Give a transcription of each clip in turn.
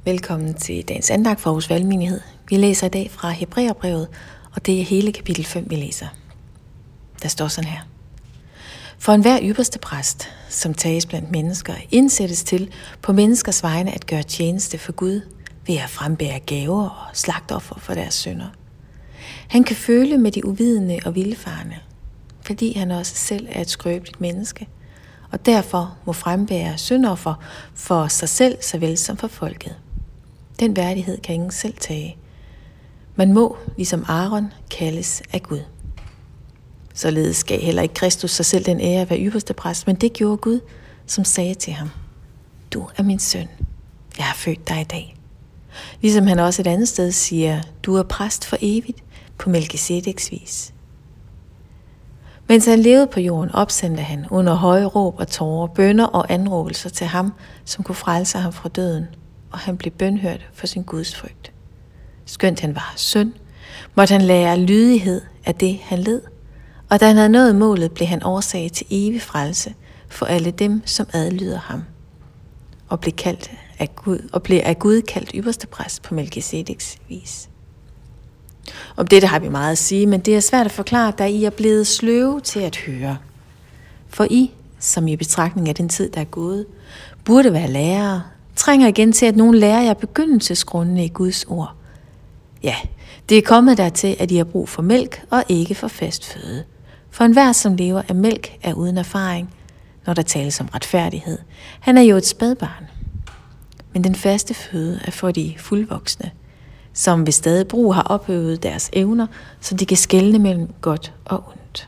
Velkommen til dagens andagt fra Aarhus Valgmenighed. Vi læser i dag fra Hebræerbrevet, og det er hele kapitel 5, vi læser. Der står sådan her. For enhver ypperste præst, som tages blandt mennesker, indsættes til på menneskers vegne at gøre tjeneste for Gud ved at frembære gaver og slagtoffer for deres synder. Han kan føle med de uvidende og vildfarne, fordi han også selv er et skrøbeligt menneske, og derfor må frembære syndoffer for sig selv såvel som for folket. Den værdighed kan ingen selv tage. Man må, ligesom Aaron, kaldes af Gud. Således gav heller ikke Kristus sig selv den ære at være ypperste præst, men det gjorde Gud, som sagde til ham, du er min søn, jeg har født dig i dag. Ligesom han også et andet sted siger, du er præst for evigt på Melkisedeks vis. Mens han levede på jorden, opsendte han under høje råb og tårer, bønner og anråbelser til ham, som kunne frelse ham fra døden, og han blev bønhørt for sin gudsfrygt. Skønt han var søn, måtte han lære lydighed af det, han led, og da han havde nået målet, blev han årsag til evig frelse for alle dem, som adlyder ham, og blev af Gud kaldt ypperste præst på Melkisedeks vis. Om dette har vi meget at sige, men det er svært at forklare, da I er blevet sløve til at høre. For I, som i betragtning af den tid, der er gået, burde være lærere, trænger igen til, at nogen lærer jer begyndelsesgrundene i Guds ord. Ja, det er kommet dertil, at I har brug for mælk og ikke for fast føde. For enhver, som lever af mælk, er uden erfaring, når der tales om retfærdighed. Han er jo et spædbarn. Men den faste føde er for de fuldvoksne, som ved stadig brug har opøvet deres evner, så de kan skelne mellem godt og ondt.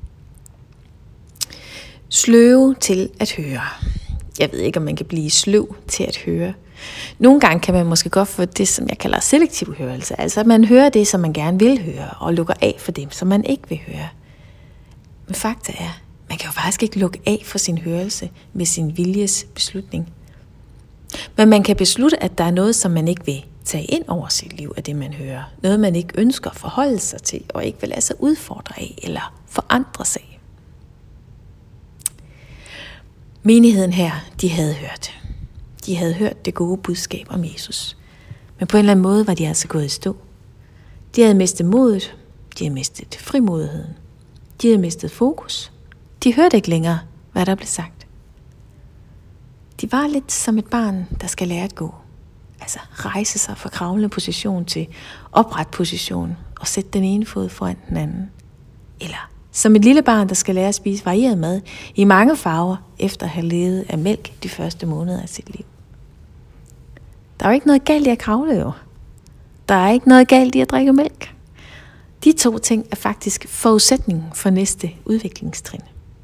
Sløve til at høre. Jeg ved ikke, om man kan blive sløv til at høre. Nogle gange kan man måske godt få det, som jeg kalder selektiv hørelse. Altså at man hører det, som man gerne vil høre, og lukker af for dem, som man ikke vil høre. Men fakta er, man kan jo faktisk ikke lukke af for sin hørelse med sin viljes beslutning. Men man kan beslutte, at der er noget, som man ikke vil tage ind over sit liv af det, man hører. Noget, man ikke ønsker at forholde sig til, og ikke vil lade sig udfordre af eller forandre sig af. Menigheden her, de havde hørt. De havde hørt det gode budskab om Jesus. Men på en eller anden måde var de altså gået i stå. De havde mistet modet. De havde mistet frimodigheden. De havde mistet fokus. De hørte ikke længere, hvad der blev sagt. De var lidt som et barn, der skal lære at gå. Altså rejse sig fra kravlende position til opret position og sætte den ene fod foran den anden. Eller som et lille barn, der skal lære at spise varieret mad i mange farver, efter at have levet af mælk de første måneder af sit liv. Der er jo ikke noget galt i at kravle, jo. Der er ikke noget galt i at drikke mælk. De to ting er faktisk forudsætningen for næste udviklingstrin.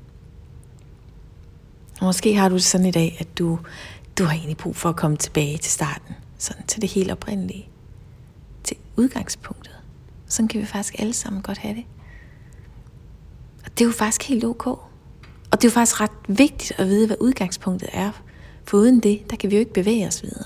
Og måske har du det sådan i dag, at du har egentlig brug for at komme tilbage til starten, sådan til det helt oprindelige, til udgangspunktet. Sådan kan vi faktisk alle sammen godt have det. Og det er jo faktisk helt ok. Og det er jo faktisk ret vigtigt at vide, hvad udgangspunktet er. For uden det, der kan vi jo ikke bevæge os videre.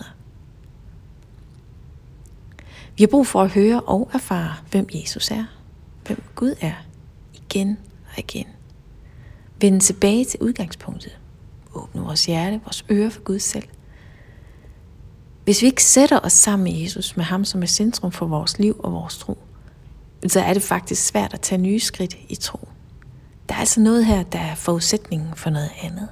Vi har brug for at høre og erfare, hvem Jesus er, hvem Gud er, igen og igen. Vende tilbage til udgangspunktet. Åbne vores hjerte, vores ører for Gud selv. Hvis vi ikke sætter os sammen med Jesus, med ham som er centrum for vores liv og vores tro, så er det faktisk svært at tage nye skridt i tro. Der er altså noget her, der er forudsætningen for noget andet.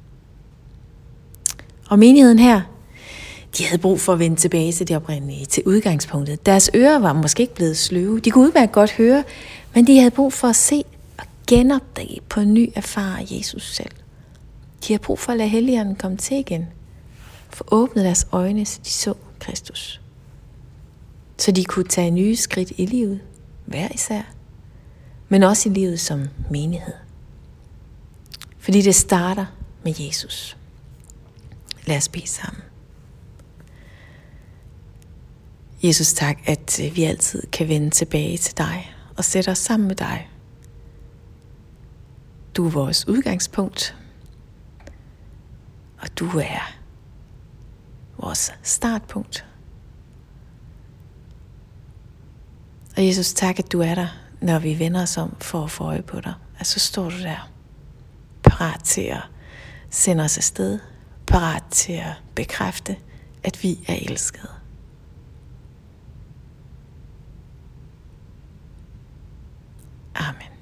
Og menigheden her, de havde brug for at vende tilbage til det oprindelige, til udgangspunktet. Deres ører var måske ikke blevet sløve. De kunne udmærket godt høre, men de havde brug for at se og genopdage på en ny erfare Jesus selv. De havde brug for at lade Helligånden komme til igen. For åbne deres øjne, så de så Kristus. Så de kunne tage nye skridt i livet, hver især, men også i livet som menighed. Fordi det starter med Jesus. Lad os bede sammen. Jesus, tak, at vi altid kan vende tilbage til dig og sætte os sammen med dig. Du er vores udgangspunkt, og du er vores startpunkt. Og Jesus, tak, at du er der, når vi vender os om for at få øje på dig. At så står du der, parat til at sende os afsted, parat til at bekræfte at vi er elskede. Amen.